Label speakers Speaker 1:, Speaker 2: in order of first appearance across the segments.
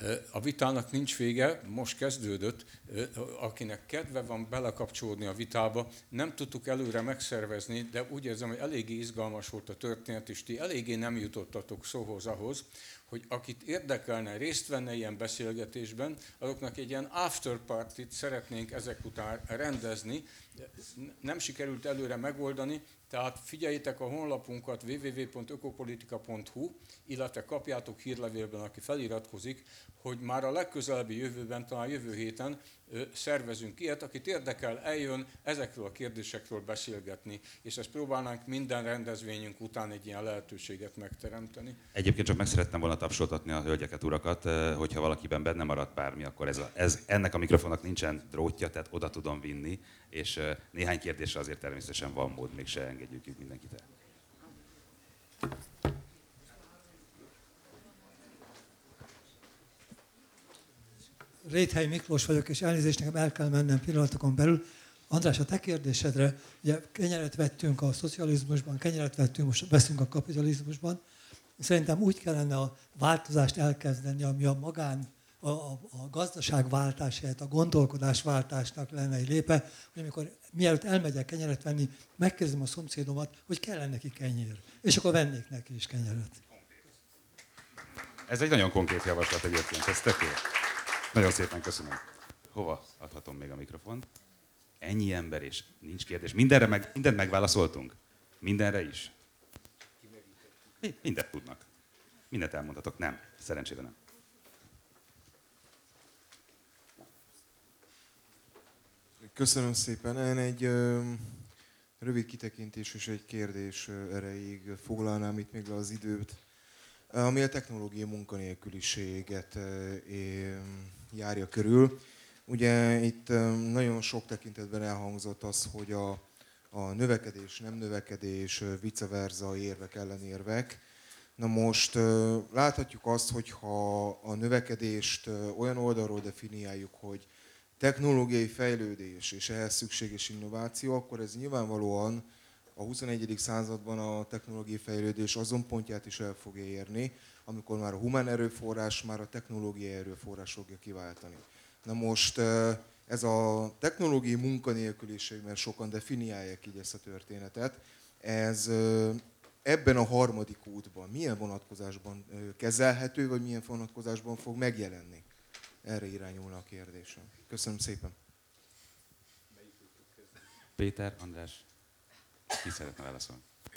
Speaker 1: A vitának nincs vége, most kezdődött. Akinek kedve van belekapcsolódni a vitába, nem tudtuk előre megszervezni, de úgy érzem, hogy eléggé izgalmas volt a történet, és ti eléggé nem jutottatok szóhoz ahhoz, hogy akit érdekelne részt venni ilyen beszélgetésben, azoknak egy ilyen after party-t szeretnénk ezek után rendezni. Nem sikerült előre megoldani, tehát figyeljétek a honlapunkat www.ökopolitika.hu, illetve kapjátok hírlevélben, aki feliratkozik, hogy már a legközelebbi jövőben, talán jövő héten szervezünk ilyet, akit érdekel, eljön ezekről a kérdésekről beszélgetni, és ezt próbálnánk minden rendezvényünk után egy ilyen lehetőséget megteremteni.
Speaker 2: Egyébként csak meg szerettem volna tapsoltatni a hölgyeket, urakat, hogyha valakiben benne maradt bármi, akkor ennek a mikrofonnak nincsen drótja, tehát oda tudom vinni, és néhány kérdésre azért természetesen van mód, mégse engedjük mindenkit el.
Speaker 3: Réthely Miklós vagyok, és elnézést, nekem el kell mennem pillanatokon belül. András, a te kérdésedre, ugye kenyeret vettünk a szocializmusban, kenyeret vettünk, most veszünk a kapitalizmusban. Szerintem úgy kellene a változást elkezdeni, ami a gazdaságváltás helyett a gondolkodásváltásnak lenne egy lépe, hogy amikor mielőtt elmegyek kenyeret venni, megkérdezem a szomszédomat, hogy kell neki kenyér. És akkor vennék neki is kenyeret.
Speaker 2: Ez egy nagyon konkrét javaslat egyébként, ez tök jó. Nagyon szépen köszönöm. Hova adhatom még a mikrofont? Ennyi ember, és nincs kérdés. Mindent megválaszoltunk? Mindenre is? Mindent tudnak. Mindent elmondhatok. Nem. Szerencsére nem.
Speaker 4: Köszönöm szépen. Én egy rövid kitekintés és egy kérdés erejéig foglalnám itt még le az időt, ami a technológiai munkanélküliséget járja körül. Ugye itt nagyon sok tekintetben elhangzott az, hogy a növekedés, nem növekedés, vice versa érvek, ellenérvek. Na most láthatjuk azt, hogy ha a növekedést olyan oldalról definiáljuk, hogy technológiai fejlődés és ehhez szükséges innováció, akkor ez nyilvánvalóan a 21. században a technológiai fejlődés azon pontját is el fogja érni, amikor már a humán erőforrás, már a technológiai erőforrás fogja kiváltani. Na most ez a technológiai munkanélküliség, mert sokan definiálják így ezt a történetet, ez ebben a harmadik útban milyen vonatkozásban kezelhető, vagy milyen vonatkozásban fog megjelenni? Erre irányulna a kérdésem. Köszönöm szépen.
Speaker 2: Péter, András, ki szeretne válaszolni?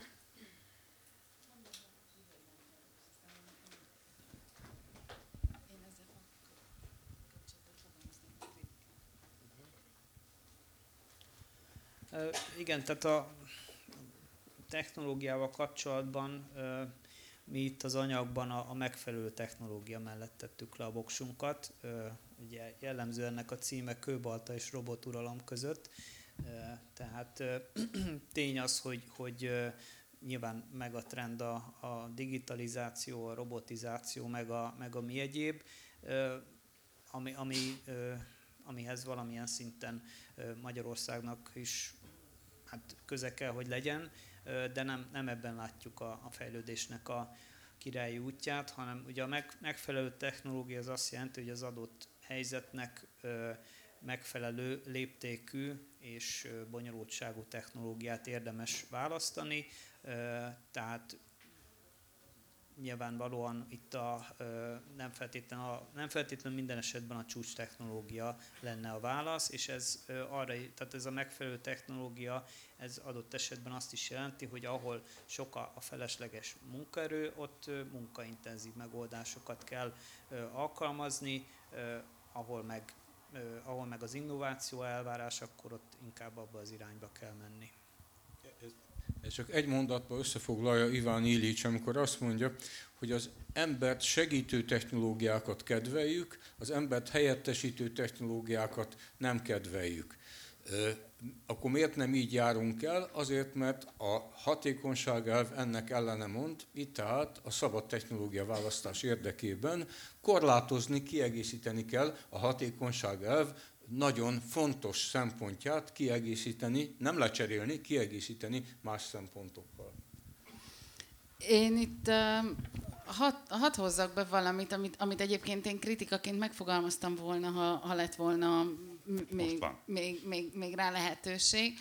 Speaker 5: Igen, tehát a technológiával kapcsolatban mi itt az anyagban a megfelelő technológia mellett tettük le a voksunkat. Ugye jellemző ennek a címe kőbalta és roboturalom között. Tehát tény az, hogy nyilván meg a trend a digitalizáció, a robotizáció, meg a mi egyéb, amihez valamilyen szinten Magyarországnak is hát köze kell, hogy legyen, de nem ebben látjuk a fejlődésnek a királyi útját, hanem ugye a megfelelő technológia az azt jelenti, hogy az adott helyzetnek megfelelő léptékű és bonyolultságú technológiát érdemes választani, tehát nyilvánvalóan itt nem feltétlenül minden esetben a csúcs technológia lenne a válasz, és tehát ez a megfelelő technológia, ez adott esetben azt is jelenti, hogy ahol sok a felesleges munkaerő, ott munkaintenzív megoldásokat kell alkalmazni, ahol meg az innováció elvárás, akkor ott inkább abba az irányba kell menni.
Speaker 1: Ez csak egy mondatban összefoglalja Iván Illich, amikor azt mondja, hogy az embert segítő technológiákat kedveljük, az embert helyettesítő technológiákat nem kedveljük. Akkor miért nem így járunk el? Azért, mert a hatékonyságelv ennek ellene mond, itt tehát a szabad technológia választás érdekében korlátozni, kiegészíteni kell a hatékonyságelv nagyon fontos szempontját, kiegészíteni, nem lecserélni, kiegészíteni más szempontokkal.
Speaker 6: Én itt hadd hozzak be valamit, amit egyébként én kritikaként megfogalmaztam volna, ha lett volna még rá lehetőség,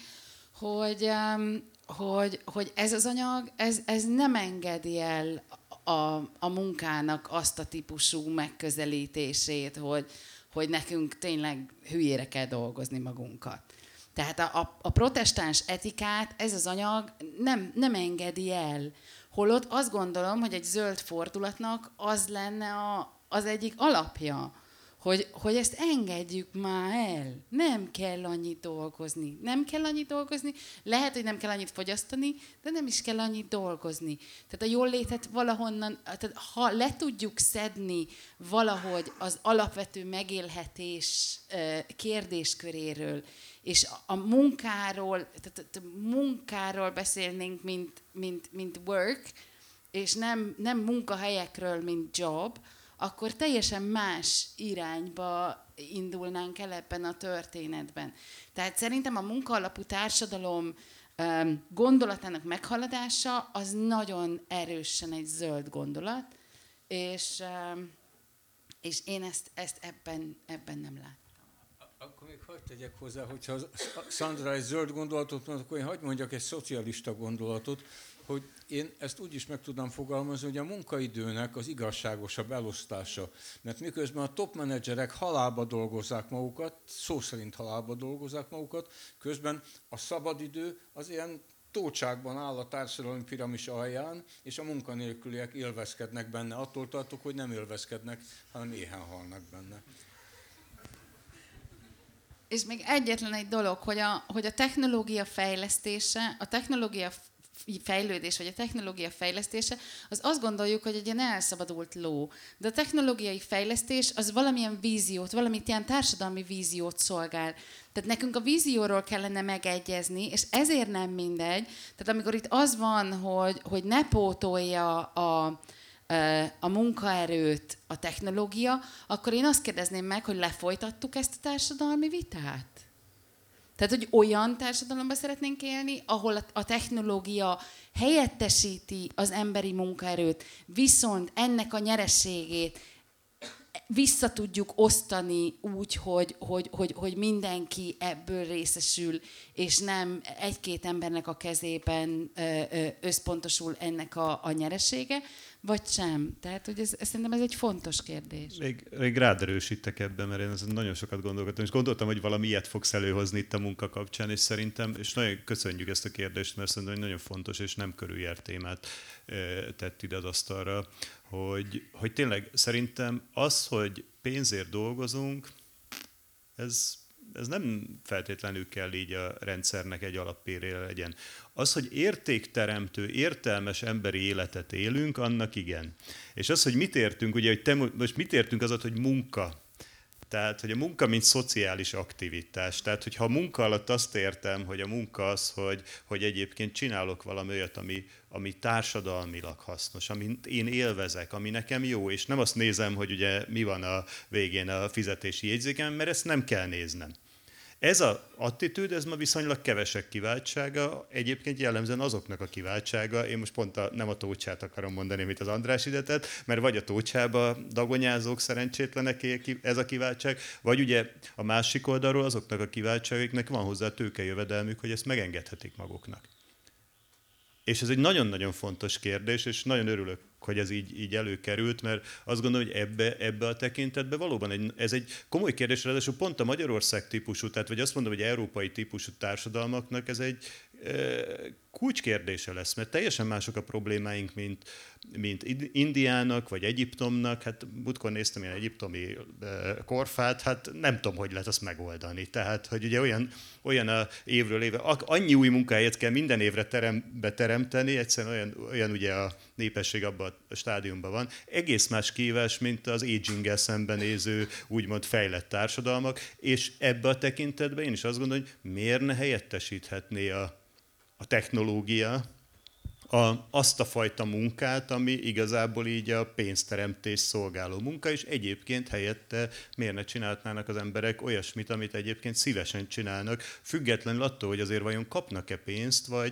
Speaker 6: hogy ez az anyag, ez nem engedi el a munkának azt a típusú megközelítését, hogy nekünk tényleg hülyére kell dolgozni magunkat. Tehát a protestáns etikát ez az anyag nem engedi el. Holott azt gondolom, hogy egy zöld fordulatnak az lenne az egyik alapja, hogy ezt engedjük már el. Nem kell annyit dolgozni. Nem kell annyit dolgozni, lehet, hogy nem kell annyit fogyasztani, de nem is kell annyit dolgozni. Tehát a jól létet valahonnan, tehát ha le tudjuk szedni valahogy az alapvető megélhetés kérdésköréről, és a munkáról, tehát munkáról beszélnénk, mint work, és nem munkahelyekről, mint job, akkor teljesen más irányba indulnánk el ebben a történetben. Tehát szerintem a munkaalapú társadalom gondolatának meghaladása az nagyon erősen egy zöld gondolat, és én ezt ebben nem látom.
Speaker 1: Akkor még hagyd tegyek hozzá, hogyha Szandra egy zöld gondolatot mond, akkor én hagyd mondjak egy szocialista gondolatot, hogy én ezt úgy is meg tudnám fogalmazni, hogy a munkaidőnek az igazságosabb elosztása. Mert miközben a top menedzserek halálba dolgozzák magukat, szó szerint halálba dolgozzák magukat, közben a szabadidő az ilyen tócsákban áll a társadalmi piramis alján, és a munkanélküliek élvezkednek benne. Attól tartok, hogy nem élvezkednek, hanem éhen halnak benne.
Speaker 6: És még egyetlen egy dolog, hogy a technológia fejlesztése, a technológia fejlődés, vagy a technológia fejlesztése, az azt gondoljuk, hogy egy ilyen elszabadult ló. De a technológiai fejlesztés az valamilyen víziót, valamit ilyen társadalmi víziót szolgál. Tehát nekünk a vízióról kellene megegyezni, és ezért nem mindegy. Tehát amikor itt az van, hogy ne pótolja a munkaerőt a technológia, akkor én azt kérdezném meg, hogy lefolytattuk ezt a társadalmi vitát? Tehát, hogy olyan társadalomban szeretnénk élni, ahol a technológia helyettesíti az emberi munkaerőt, viszont ennek a nyereségét vissza tudjuk osztani úgy, hogy mindenki ebből részesül, és nem egy-két embernek a kezében összpontosul ennek a nyeresége, vagy sem. Tehát, hogy szerintem ez egy fontos kérdés.
Speaker 7: Még rád erősítek ebben, mert én ezen nagyon sokat gondolkodtam, és gondoltam, hogy valami ilyet fogsz előhozni itt a munka kapcsán, és szerintem, és nagyon köszönjük ezt a kérdést, mert szerintem nagyon fontos és nem körüljárt témát tett ide az asztalra, hogy tényleg szerintem az, hogy pénzért dolgozunk, ez nem feltétlenül kell így a rendszernek egy alappérére legyen. Az, hogy értékteremtő, értelmes emberi életet élünk, annak igen. És az, hogy mit értünk, ugye, hogy most mit értünk az, hogy munka. Tehát, hogy a munka, mint szociális aktivitás. Tehát, hogyha a munka alatt azt értem, hogy a munka az, hogy egyébként csinálok valami olyat, ami társadalmilag hasznos, amit én élvezek, ami nekem jó, és nem azt nézem, hogy ugye mi van a végén a fizetési jegyzéken, mert ezt nem kell néznem. Ez az attitűd, ez ma viszonylag kevesek kiváltsága, egyébként jellemzően azoknak a kiváltsága, én most pont nem a tócsát akarom mondani, amit az András ide tett, mert vagy a tócsába dagonyázók szerencsétlenek ez a kiváltság, vagy ugye a másik oldalról azoknak a kiváltságoknak van hozzá tőkejövedelmük, hogy ezt megengedhetik maguknak. És ez egy nagyon-nagyon fontos kérdés, és nagyon örülök, hogy ez így előkerült, mert azt gondolom, hogy ebbe a tekintetben valóban ez egy komoly kérdés, ráadásul pont a Magyarország típusú, tehát vagy azt mondom, hogy európai típusú társadalmaknak ez egy kulcskérdése lesz, mert teljesen mások a problémáink, mint Indiának, vagy Egyiptomnak. Hát múltkor néztem ilyen egyiptomi korfát, hát nem tudom, hogy lehet azt megoldani. Tehát, hogy ugye olyan a évről évre, annyi új munkahelyet kell minden évre teremteni, egyszerűen olyan ugye a népesség abban a stádiumban van. Egész más kihívás, mint az aging-gel szembenéző, úgymond fejlett társadalmak, és ebbe a tekintetben én is azt gondolom, hogy miért ne helyettesíthetné a technológia azt a fajta munkát, ami igazából így a pénzteremtés szolgáló munka, és egyébként helyette miért ne csinálhatnának az emberek olyasmit, amit egyébként szívesen csinálnak, függetlenül attól, hogy azért vajon kapnak-e pénzt,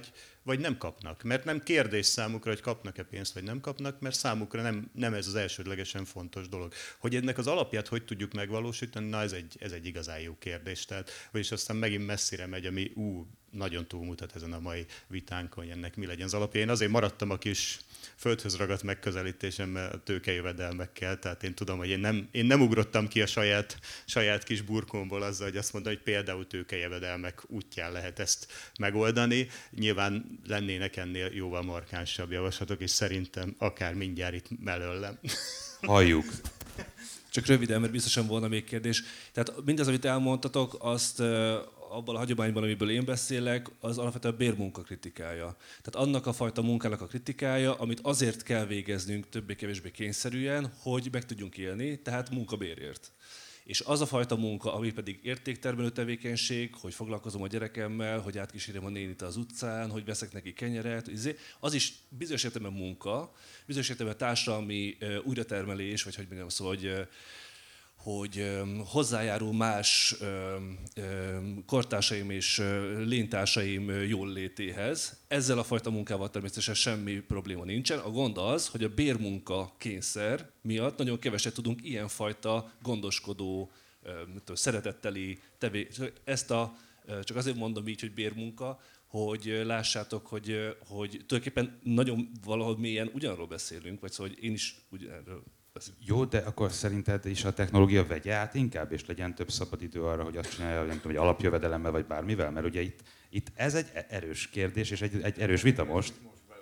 Speaker 7: vagy nem kapnak. Mert nem kérdés számukra, hogy kapnak-e pénzt, vagy nem kapnak, mert számukra nem ez az elsődlegesen fontos dolog. Hogy ennek az alapját hogy tudjuk megvalósítani, na ez egy igazán jó kérdés. Tehát, vagyis aztán megint messzire megy, ami nagyon túlmutat ezen a mai vitánkon, hogy ennek mi legyen az alapja. Én azért maradtam a kis földhöz ragadt megközelítésemmel, a tőkejövedelmekkel, tehát én tudom, hogy én nem ugrottam ki a saját kis burkomból azzal, hogy azt mondom, hogy például tőkejövedelmek útján lehet ezt megoldani. Nyilván lennének ennél jóval markánsabb javaslatok, és szerintem akár mindjárt itt mellőlem.
Speaker 2: Halljuk.
Speaker 8: Csak röviden, mert biztosan volna még kérdés. Tehát mindez, amit elmondtatok, azt abban a hagyományban, amiből én beszélek, az alapvetően a bérmunka kritikája. Tehát annak a fajta munkának a kritikája, amit azért kell végeznünk többé-kevésbé kényszerűen, hogy meg tudjunk élni, tehát munkabérért. És az a fajta munka, ami pedig értéktermelő tevékenység, hogy foglalkozom a gyerekemmel, hogy átkísérjem a nénit az utcán, hogy veszek neki kenyeret, az is bizonyos értelemben munka, bizonyos értelemben társadalmi újratermelés, vagy hogy mondjam, szóval, hogy hozzájárul más kortársaim és léntársaim jól létéhez. Ezzel a fajta munkával természetesen semmi probléma nincsen. A gond az, hogy a bérmunka kényszer miatt nagyon keveset tudunk ilyenfajta gondoskodó, szeretetteli csak azért mondom így, hogy bérmunka, hogy lássátok, hogy tulajdonképpen nagyon valahol mélyen ugyanarról beszélünk, vagy szóval, hogy én is ugyanarról.
Speaker 2: Jó, de akkor szerinted is a technológia vegye át inkább, és legyen több szabadidő arra, hogy azt csinálja, nem tudom, hogy alapjövedelemmel, vagy bármivel? Mert ugye itt ez egy erős kérdés, és egy erős vita most.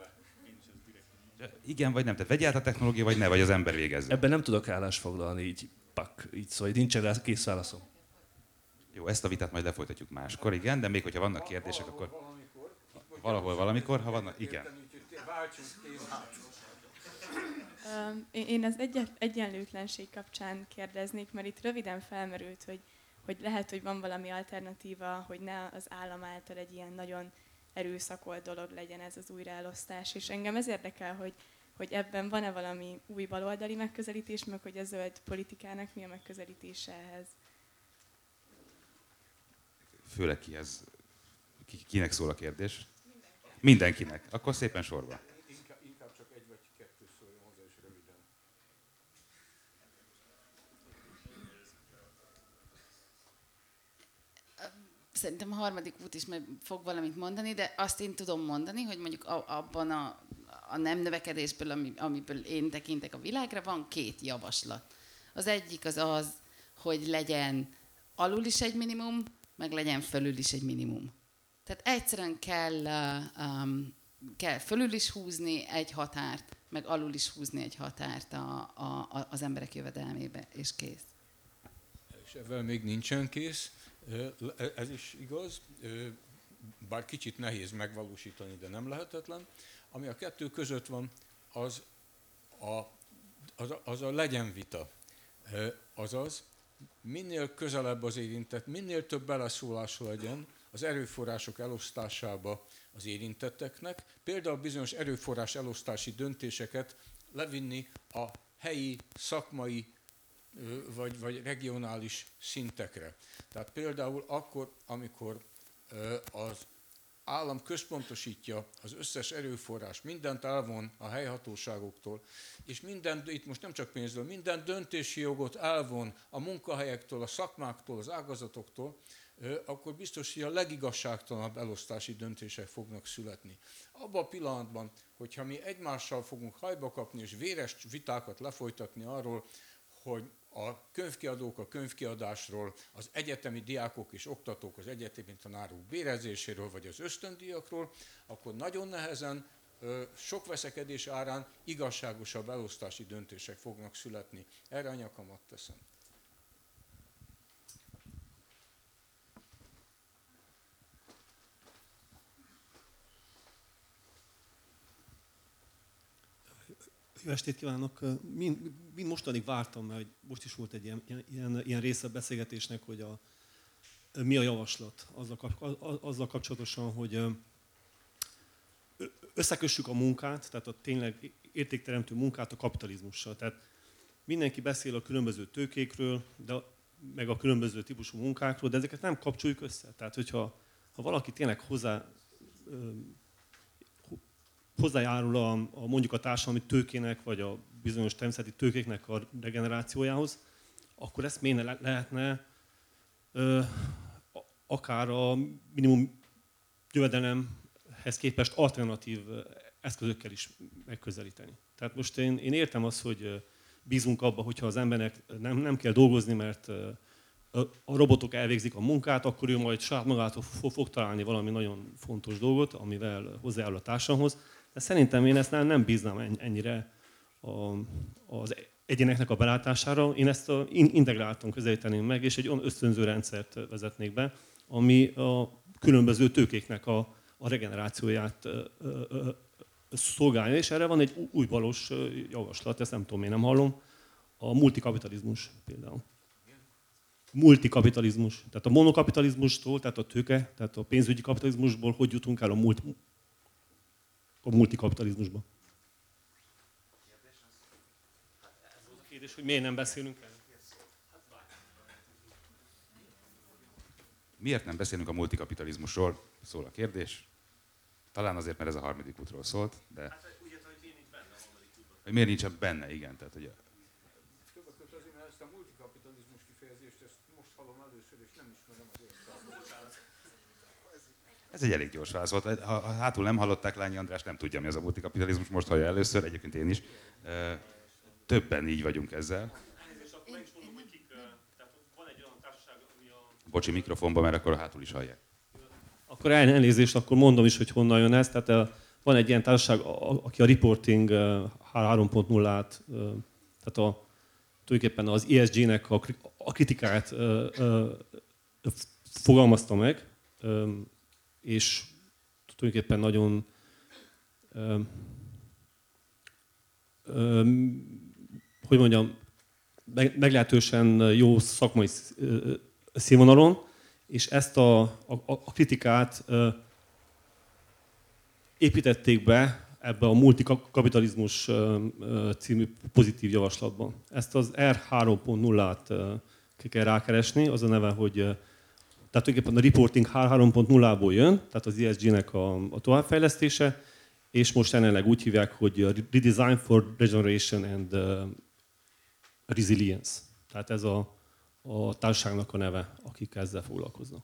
Speaker 2: Igen, vagy nem? Tehát vegye át a technológia, vagy ne, vagy az ember végezze?
Speaker 8: Ebben nem tudok állást foglalni, így szóval nincsen rá kész válaszom.
Speaker 2: Jó, ezt a vitát majd lefolytatjuk máskor, igen, de még hogyha vannak kérdések, akkor... Valahol, valamikor, ha vannak, igen.
Speaker 9: Én az egyenlőtlenség kapcsán kérdeznék, mert itt röviden felmerült, hogy lehet, hogy van valami alternatíva, hogy ne az állam által egy ilyen nagyon erőszakolt dolog legyen ez az újraelosztás. És engem ez érdekel, hogy ebben van-e valami új baloldali megközelítés, meg hogy a zöld politikának mi a megközelítése ehhez.
Speaker 2: Főleg kinek szól a kérdés? Mindenkinek. Akkor szépen sorba.
Speaker 1: Inkább csak egy vagy kettő szóljon hozzá, és röviden.
Speaker 6: Szerintem a harmadik út is majd fog valamit mondani, de azt én tudom mondani, hogy mondjuk abban a nem növekedésből, amiből én tekintek a világra, van két javaslat. Az egyik az, hogy legyen alul is egy minimum, meg legyen fölül is egy minimum. Tehát egyszerűen kell fölül is húzni egy határt, meg alul is húzni egy határt az emberek jövedelmébe, és kész.
Speaker 1: És ebben még nincsen kész, ez is igaz, bár kicsit nehéz megvalósítani, de nem lehetetlen. Ami a kettő között van, az a legyen vita. Azaz, minél közelebb az érintett, minél több beleszólása legyen az erőforrások elosztásába az érintetteknek, például bizonyos erőforrás elosztási döntéseket levinni a helyi, szakmai vagy regionális szintekre. Tehát például akkor, amikor az állam központosítja az összes erőforrás, mindent elvon a helyhatóságoktól, és itt most nem csak pénzről, minden döntési jogot elvon a munkahelyektől, a szakmáktól, az ágazatoktól, akkor biztos, hogy a legigazságtalanabb elosztási döntések fognak születni. Abban a pillanatban, hogyha mi egymással fogunk hajba kapni és véres vitákat lefolytatni arról, hogy a könyvkiadók a könyvkiadásról, az egyetemi diákok és oktatók az egyetemi tanárok bérezéséről vagy az ösztöndíjakról, akkor nagyon nehezen, sok veszekedés árán igazságosabb elosztási döntések fognak születni. Erre a nyakamat teszem.
Speaker 10: Jó estét kívánok! Mind mostanig vártam, mert most is volt egy ilyen része a beszélgetésnek, hogy mi a javaslat azzal kapcsolatosan, hogy összekössük a munkát, tehát a tényleg értékteremtő munkát a kapitalizmussal. Tehát mindenki beszél a különböző tőkékről, meg a különböző típusú munkákról, de ezeket nem kapcsoljuk össze. Tehát, hogyha valaki tényleg hozzá hozzájárul mondjuk a társadalmi tőkének, vagy a bizonyos természeti tőkéknek a regenerációjához, akkor ezt miért ne lehetne akár a minimum jövedelemhez képest alternatív eszközökkel is megközelíteni. Tehát most én értem azt, hogy bízunk abba, hogyha az embernek nem kell dolgozni, mert a robotok elvégzik a munkát, akkor ő majd saját magától fog találni valami nagyon fontos dolgot, amivel hozzájárul a társadalomhoz. De szerintem én ezt nem bíznám ennyire az egyéneknek a belátására. Én ezt integráltan közelíteném meg, és egy olyan ösztönző rendszert vezetnék be, ami a különböző tőkéknek a regenerációját szolgálja, és erre van egy új valós javaslat, ezt nem tudom, én nem hallom, a multikapitalizmus például. Multikapitalizmus, tehát a monokapitalizmustól, tehát a tőke, tehát a pénzügyi kapitalizmusból hogy jutunk el a multikapitalizmusba. Ez volt a kérdés, hogy miért nem beszélünk erről?
Speaker 2: Miért nem beszélünk a multikapitalizmusról? Szól a kérdés. Talán azért, mert ez a harmadik útról szólt, de... Hát, ugye, hogy miért nincs benne a harmadik útban? Hogy miért nincsen benne, igen. Tehát, hogy...
Speaker 1: Többek között azért, mert ezt a multikapitalizmus kifejezést ezt most hallom először, és nem ismerem az értelmet.
Speaker 2: Ez egy elég gyors válasz volt. Ha hátul nem hallották, Lányi András nem tudja, mi az a multikapitalizmus, most hallja először, egyébként én is. Többen így vagyunk ezzel. Bocsi, mikrofonba, mert akkor hátul is hallják.
Speaker 10: Akkor elnézést, akkor mondom is, hogy honnan jön ez. Tehát van egy ilyen társaság, aki a reporting 3.0-át, tehát tulajdonképpen az ESG-nek a kritikáját fogalmazta meg, és tulajdonképpen nagyon hogy mondjam, meglehetősen jó szakmai színvonalon, és ezt a kritikát építették be ebbe a multikapitalizmus című pozitív javaslatban. Ezt az R3.0-át kell rákeresni, az a neve, hogy tehát tulajdonképpen a reporting 3.0-ból jön, tehát az ESG-nek a továbbfejlesztése, és most jelenleg úgy hívják, hogy Redesign for Regeneration and Resilience. Tehát ez a társaságnak a neve, akik ezzel foglalkoznak.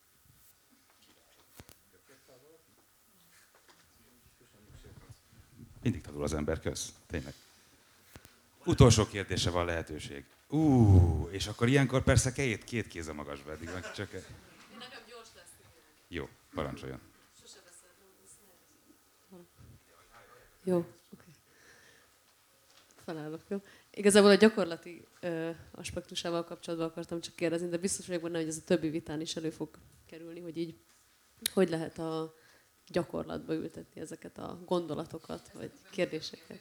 Speaker 2: Mindig tanul az ember, kösz. Tényleg. Utolsó kérdése van lehetőség. És akkor ilyenkor persze két kéz a magasba, eddig van csak...
Speaker 11: Nekem gyors lesz.
Speaker 2: Jó, parancsoljon.
Speaker 11: Sose beszéltem. Jó, oké. Felállok, jó? Igazából a gyakorlati aspektusával kapcsolatban akartam csak kérdezni, de biztos vagyok benne, hogy ez a többi vitán is elő fog kerülni, hogy így hogy lehet a gyakorlatba ültetni ezeket a gondolatokat, vagy kérdéseket.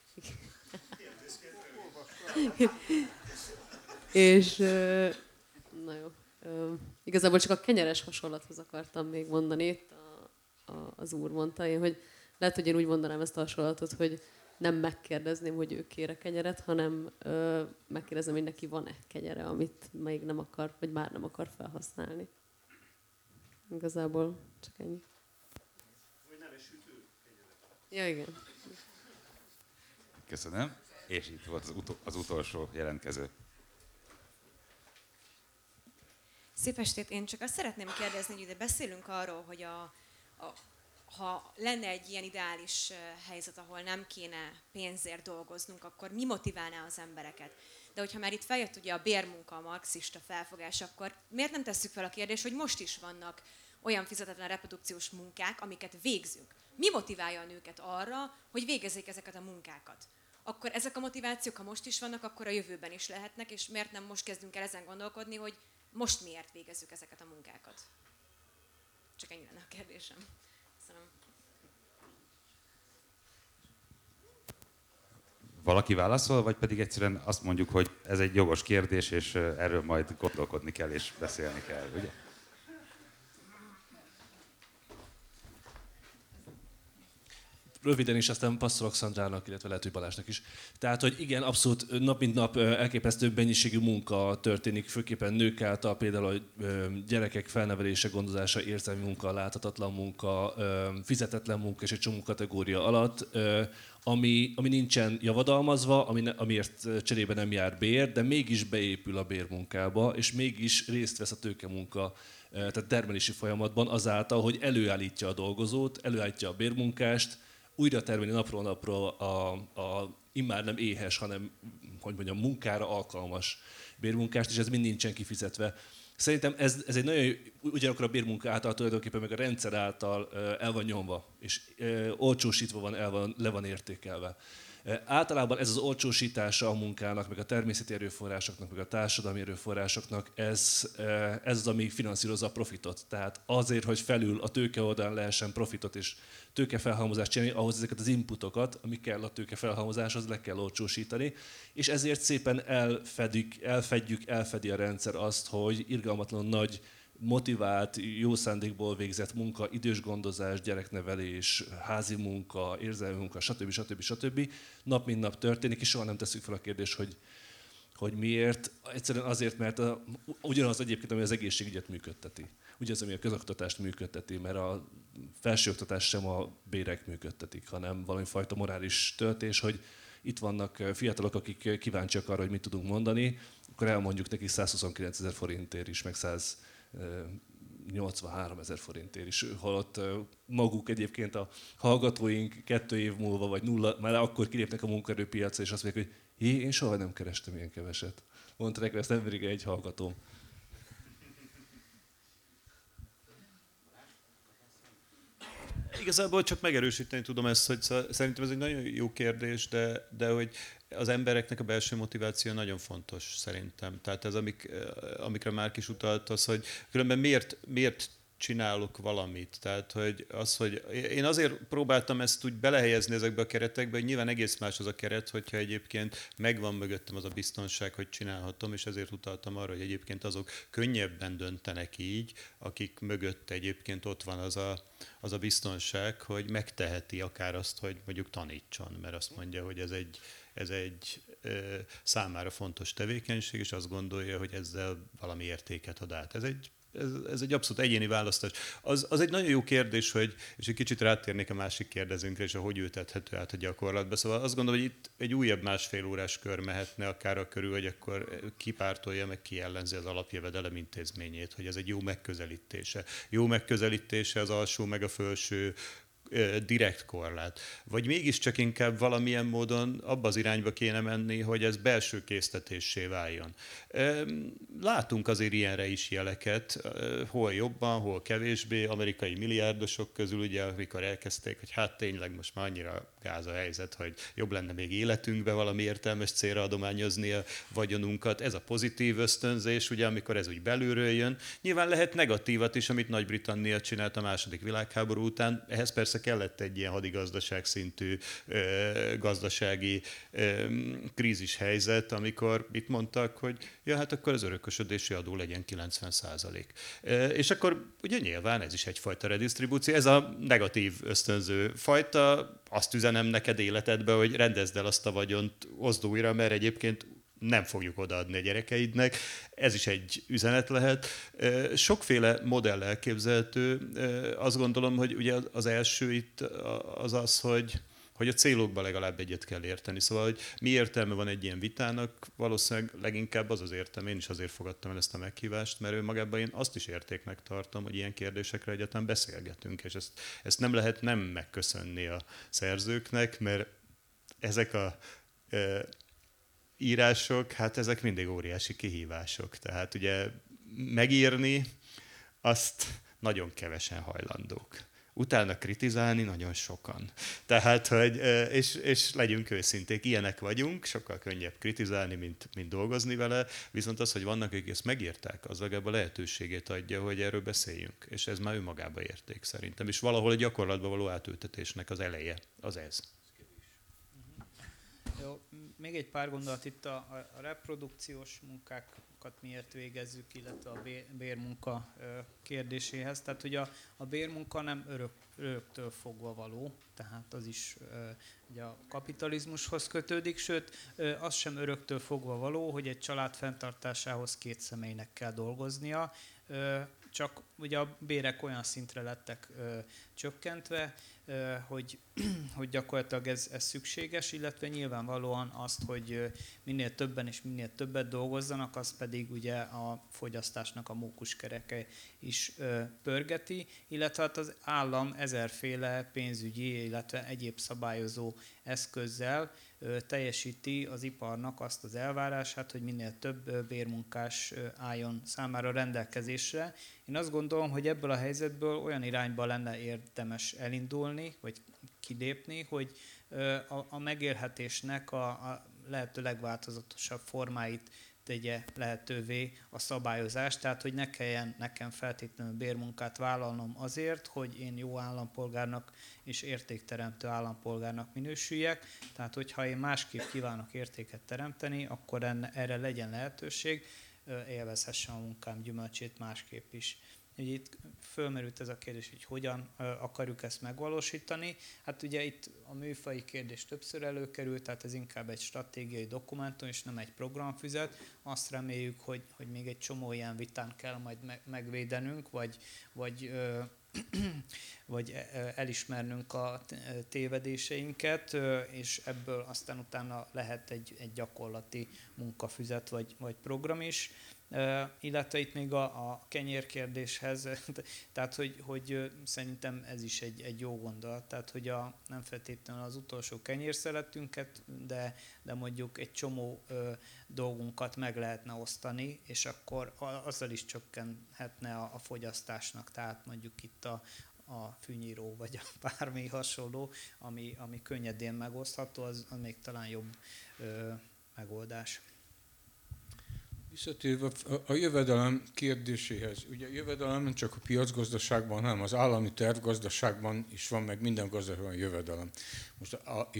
Speaker 11: És na jó. Igazából csak a kenyeres hasonlathoz akartam még mondani, itt az úr mondta, hogy lehet, hogy én úgy mondanám ezt a hasonlatot, hogy nem megkérdezném, hogy ő kér kenyeret, hanem megkérdezném, hogy neki van-e kenyere, amit még nem akar, vagy már nem akar felhasználni. Igazából csak ennyi.
Speaker 10: Vagy nem egy sütő kenyeret.
Speaker 11: Ja, igen.
Speaker 2: Köszönöm. És itt volt az utolsó jelentkező.
Speaker 12: Szép estét! Én csak azt szeretném kérdezni, hogy ide beszélünk arról, hogy ha lenne egy ilyen ideális helyzet, ahol nem kéne pénzért dolgoznunk, akkor mi motiválná az embereket? De hogyha már itt feljött ugye a bérmunka, a marxista felfogás, akkor miért nem tesszük fel a kérdést, hogy most is vannak olyan fizetetlen reprodukciós munkák, amiket végzünk? Mi motiválja a nőket arra, hogy végezzék ezeket a munkákat? Akkor ezek a motivációk, ha most is vannak, akkor a jövőben is lehetnek, és miért nem most kezdünk el ezen gondolkodni, hogy most miért végezzük ezeket a munkákat? Csak ennyi lenne a kérdésem. Köszönöm.
Speaker 2: Valaki válaszol, vagy pedig egyszerűen azt mondjuk, hogy ez egy jogos kérdés, és erről majd gondolkodni kell, és beszélni kell, ugye?
Speaker 8: röviden is, aztán passzolok Szandrának, illetve lehet, hogy Balázsnak is. Tehát, hogy igen, abszolút nap mint nap elképesztő mennyiségű munka történik, főképpen nők által, például a gyerekek felnevelése, gondozása, érzelmi munka, láthatatlan munka, fizetetlen munka és egy csomó kategória alatt, ami nincsen javadalmazva, amiért cserébe nem jár bér, de mégis beépül a bérmunkába, és mégis részt vesz a tőkemunka, tehát termelési folyamatban azáltal, hogy előállítja a dolgozót, előállítja a bérmunkást, újra termeli napról napra a immár nem éhes, hanem hogy mondjam, munkára alkalmas bérmunkást, és ez mind nincsen kifizetve. Szerintem ez egy nagyon, ugyanakkor a bérmunka által tulajdonképpen meg a rendszer által el van nyomva, és olcsósítva van, le van értékelve. Általában ez az olcsósítása a munkának, meg a természeti erőforrásoknak, meg a társadalmi erőforrásoknak, ez az, ami finanszírozza a profitot. Tehát azért, hogy felül a tőke oldalán lehessen profitot és tőkefelhalmozást csinálni, ahhoz ezeket az inputokat, ami kell a tőkefelhalmozáshoz, le kell olcsósítani, és ezért szépen elfedi a rendszer azt, hogy irgalmatlanul nagy motivált, jó szándékból végzett munka, idős gondozás, gyereknevelés, házi munka, érzelmi munka, stb. Nap mint nap történik, és soha nem tesszük fel a kérdést, hogy miért. Egyszerűen azért, mert ugyanaz egyébként, ami az egészségügyet működteti. Ugyanaz, ami a közoktatást működteti, mert a felsőoktatás sem a bérek működtetik, hanem valamifajta morális töltés, hogy itt vannak fiatalok, akik kíváncsiak arra, hogy mit tudunk mondani, akkor elmondjuk nekik 129 000 forintért is, meg 183 000 forintért is, holott maguk egyébként a hallgatóink 2 év múlva, vagy 0, már akkor kilépnek a munkaerőpiacra, és azt mondják, hogy én soha nem kerestem ilyen keveset. Mondta nekem ezt nemrég egy hallgatóm.
Speaker 7: Igazából csak megerősíteni tudom ezt, hogy szerintem ez egy nagyon jó kérdés, de hogy az embereknek a belső motiváció nagyon fontos szerintem. Tehát ez, amikre Márk is utalt, az, hogy különben miért csinálok valamit. Tehát, hogy én azért próbáltam ezt úgy belehelyezni ezekbe a keretekbe, hogy nyilván egész más az a keret, hogyha egyébként megvan mögöttem az a biztonság, hogy csinálhatom, és ezért utaltam arra, hogy egyébként azok könnyebben döntenek így, akik mögött egyébként ott van az a biztonság, hogy megteheti akár azt, hogy mondjuk tanítson, mert azt mondja, hogy ez egy számára fontos tevékenység, és azt gondolja, hogy ezzel valami értéket ad át. Ez egy abszolút egyéni választás. Az egy nagyon jó kérdés, és egy kicsit rátérnék a másik kérdezőnkre, és hogy ültethető át a gyakorlatba. Szóval azt gondolom, hogy itt egy újabb 1,5 órás kör mehetne akár a körül, hogy akkor kipártolja, meg kiellenzi az alapjövedelem intézményét, hogy ez egy jó megközelítése. Jó megközelítése az alsó meg a felső direkt korlát. Vagy mégiscsak inkább valamilyen módon abba az irányba kéne menni, hogy ez belső késztetéssé váljon. Látunk azért ilyenre is jeleket, hol jobban, hol kevésbé, amerikai milliárdosok közül, ugye, amikor elkezdték, hogy hát tényleg most már annyira gáz a helyzet, hogy jobb lenne még életünkbe valami értelmes célra adományozni a vagyonunkat. Ez a pozitív ösztönzés, ugye, amikor ez úgy belülről jön. Nyilván lehet negatívat is, amit Nagy-Britannia csinált a II. Világháború után. Ehhez persze kellett egy ilyen hadigazdaság szintű gazdasági krízis helyzet, amikor itt mondtak, hogy ja, hát akkor az örökösödési adó legyen 90%. És akkor ugye nyilván ez is egyfajta redistribúció, ez a negatív ösztönző fajta, azt üzenem neked életedbe, hogy rendezd el azt a vagyont, oszd újra, mert egyébként nem fogjuk odaadni a gyerekeidnek. Ez is egy üzenet lehet. Sokféle modell elképzelhető. Azt gondolom, hogy ugye az első itt az, hogy a célokban legalább egyet kell érteni. Szóval, hogy mi értelme van egy ilyen vitának, valószínűleg leginkább az értelme, én is azért fogadtam el ezt a meghívást, mert önmagában én azt is értéknek tartom, hogy ilyen kérdésekre egyáltalán beszélgetünk, és ezt nem lehet nem megköszönni a szerzőknek, mert ezek a írások, hát ezek mindig óriási kihívások. Tehát ugye megírni, azt nagyon kevesen hajlandók. Utána kritizálni nagyon sokan. Tehát, hogy, és legyünk őszinték, ilyenek vagyunk, sokkal könnyebb kritizálni, mint dolgozni vele, viszont az, hogy vannak, akik ezt megírták, az legalább a lehetőségét adja, hogy erről beszéljünk. És ez már önmagában érték szerintem. És valahol a gyakorlatban való átültetésnek az eleje, az ez.
Speaker 5: Jó, még egy pár gondolat itt a reprodukciós munkákat miért végezzük, illetve a bérmunka kérdéséhez. Tehát ugye a bérmunka nem öröktől fogva való, tehát az is ugye a kapitalizmushoz kötődik, sőt az sem öröktől fogva való, hogy egy család fenntartásához 2 személynek kell dolgoznia, csak ugye a bérek olyan szintre lettek csökkentve, hogy gyakorlatilag ez szükséges, illetve nyilvánvalóan azt, hogy minél többen és minél többet dolgozzanak, az pedig ugye a fogyasztásnak a mókuskereke is pörgeti, illetve hát az állam ezerféle pénzügyi, illetve egyéb szabályozó eszközzel teljesíti az iparnak azt az elvárását, hogy minél több bérmunkás álljon számára rendelkezésre. Én azt gondolom, hogy ebből a helyzetből olyan irányba lenne érdemes elindulni, vagy kilépni, hogy a megélhetésnek a lehető legváltozatosabb formáit tegye lehetővé a szabályozás, tehát hogy ne kelljen nekem feltétlenül bérmunkát vállalnom azért, hogy én jó állampolgárnak és értékteremtő állampolgárnak minősüljek. Tehát, hogyha én másképp kívánok értéket teremteni, akkor erre legyen lehetőség, élvezhessem a munkám gyümölcsét másképp is. Ugye itt fölmerült ez a kérdés, hogy hogyan akarjuk ezt megvalósítani. Hát ugye itt a műfaji kérdés többször előkerült, tehát ez inkább egy stratégiai dokumentum, és nem egy programfüzet. Azt reméljük, hogy még egy csomó ilyen vitán kell majd megvédenünk, vagy elismernünk a tévedéseinket, és ebből aztán utána lehet egy gyakorlati munkafüzet vagy program is. Illetve itt még a kenyérkérdéshez, tehát hogy szerintem ez is egy jó gondolat, tehát hogy nem feltétlenül az utolsó kenyérszeletünket, de mondjuk egy csomó dolgunkat meg lehetne osztani, és akkor azzal is csökkenhetne a fogyasztásnak, tehát mondjuk itt a fűnyíró, vagy bármi hasonló, ami könnyedén megosztható, az még talán jobb megoldás.
Speaker 1: Visszatérve a jövedelem kérdéséhez. Ugye a jövedelem nem csak a piacgazdaságban, hanem az állami tervgazdaságban is van, meg minden gazdaságban jövedelem. Most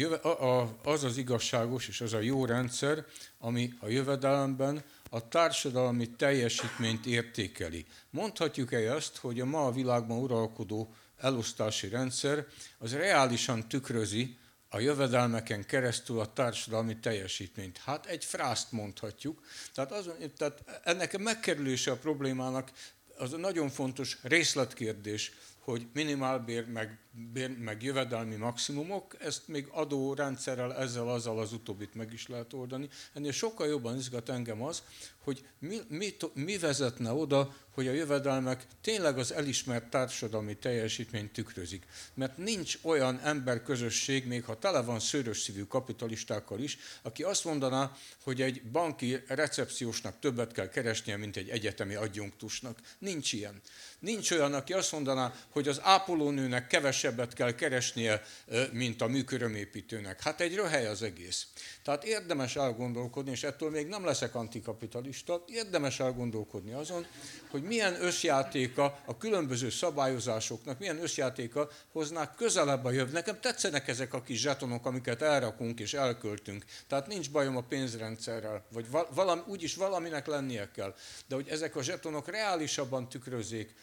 Speaker 1: az az igazságos és az a jó rendszer, ami a jövedelemben a társadalmi teljesítményt értékeli. Mondhatjuk-e azt, hogy a ma a világban uralkodó elosztási rendszer az reálisan tükrözi a jövedelmeken keresztül a társadalmi teljesítményt? Hát egy frászt mondhatjuk. Tehát ennek a megkerülése a problémának az a nagyon fontos részletkérdés, hogy minimálbér meg jövedelmi maximumok, ezt még adórendszerrel, azzal az utóbbit meg is lehet oldani. Ennél sokkal jobban izgat engem az, hogy mi vezetne oda, hogy a jövedelmek tényleg az elismert társadalmi teljesítményt tükrözik. Mert nincs olyan emberközösség, még ha tele van szőrös szívű kapitalistákkal is, aki azt mondaná, hogy egy banki recepciósnak többet kell keresnie, mint egy egyetemi adjunktusnak. Nincs ilyen. Nincs olyan, aki azt mondaná, hogy az ápolónőnek kevesebbet kell keresnie, mint a műkörömépítőnek. Hát egy röhely az egész. Tehát érdemes elgondolkodni, és ettől még nem leszek antikapitalista, érdemes elgondolkodni azon, hogy milyen összjátéka a különböző szabályozásoknak, milyen összjátéka hoznák közelebb a jövő. Nekem tetszenek ezek a kis zsetonok, amiket elrakunk és elköltünk. Tehát nincs bajom a pénzrendszerrel, vagy úgyis valaminek lennie kell. De hogy ezek a zsetonok reálisabban tükrözzék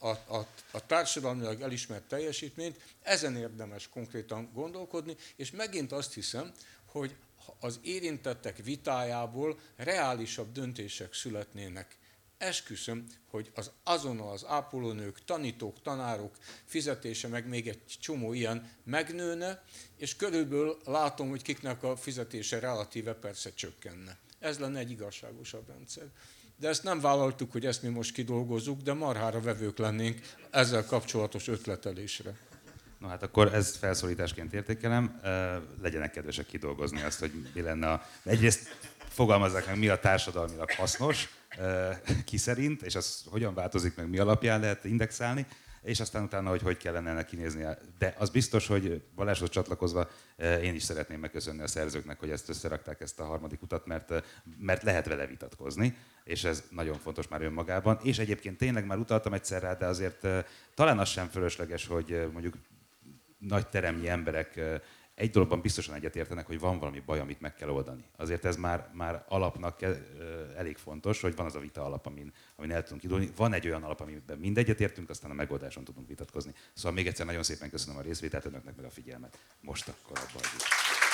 Speaker 1: a társadalmilag elismert teljesítményt, ezen érdemes konkrétan gondolkodni, és megint azt hiszem, hogy az érintettek vitájából reálisabb döntések születnének. Esküszöm, hogy azonnal az ápolónők, tanítók, tanárok fizetése, meg még egy csomó ilyen megnőne, és körülbelül látom, hogy kiknek a fizetése relatíve persze csökkenne. Ez lenne egy igazságosabb rendszer. De ezt nem vállaltuk, hogy ezt mi most kidolgozzuk, de marhára vevők lennénk ezzel kapcsolatos ötletelésre.
Speaker 2: No hát akkor ezt felszólításként értékelem, legyenek kedvesek kidolgozni azt, hogy mi lenne egyrészt fogalmazzák meg, mi a társadalmilag hasznos, ki szerint, és az hogyan változik meg, mi alapján lehet indexálni, és aztán utána, hogy kellene ennek kinézni. De az biztos, hogy Balázshoz csatlakozva én is szeretném megköszönni a szerzőknek, hogy ezt összerakták, ezt a harmadik utat, mert lehet vele vitatkozni, és ez nagyon fontos már önmagában. És egyébként tényleg már utaltam egyszer rá, de azért talán az sem fölösleges, hogy mondjuk nagy teremnyi emberek egy dologban biztosan egyetértenek, hogy van valami baj, amit meg kell oldani. Azért ez már alapnak elég fontos, hogy van az a vita alap, amin el tudunk indulni. Van egy olyan alap, amiben mind egyetértünk, aztán a megoldáson tudunk vitatkozni. Szóval még egyszer nagyon szépen köszönöm a részvételt önöknek, meg a figyelmet. Most akkor abba hagyjuk.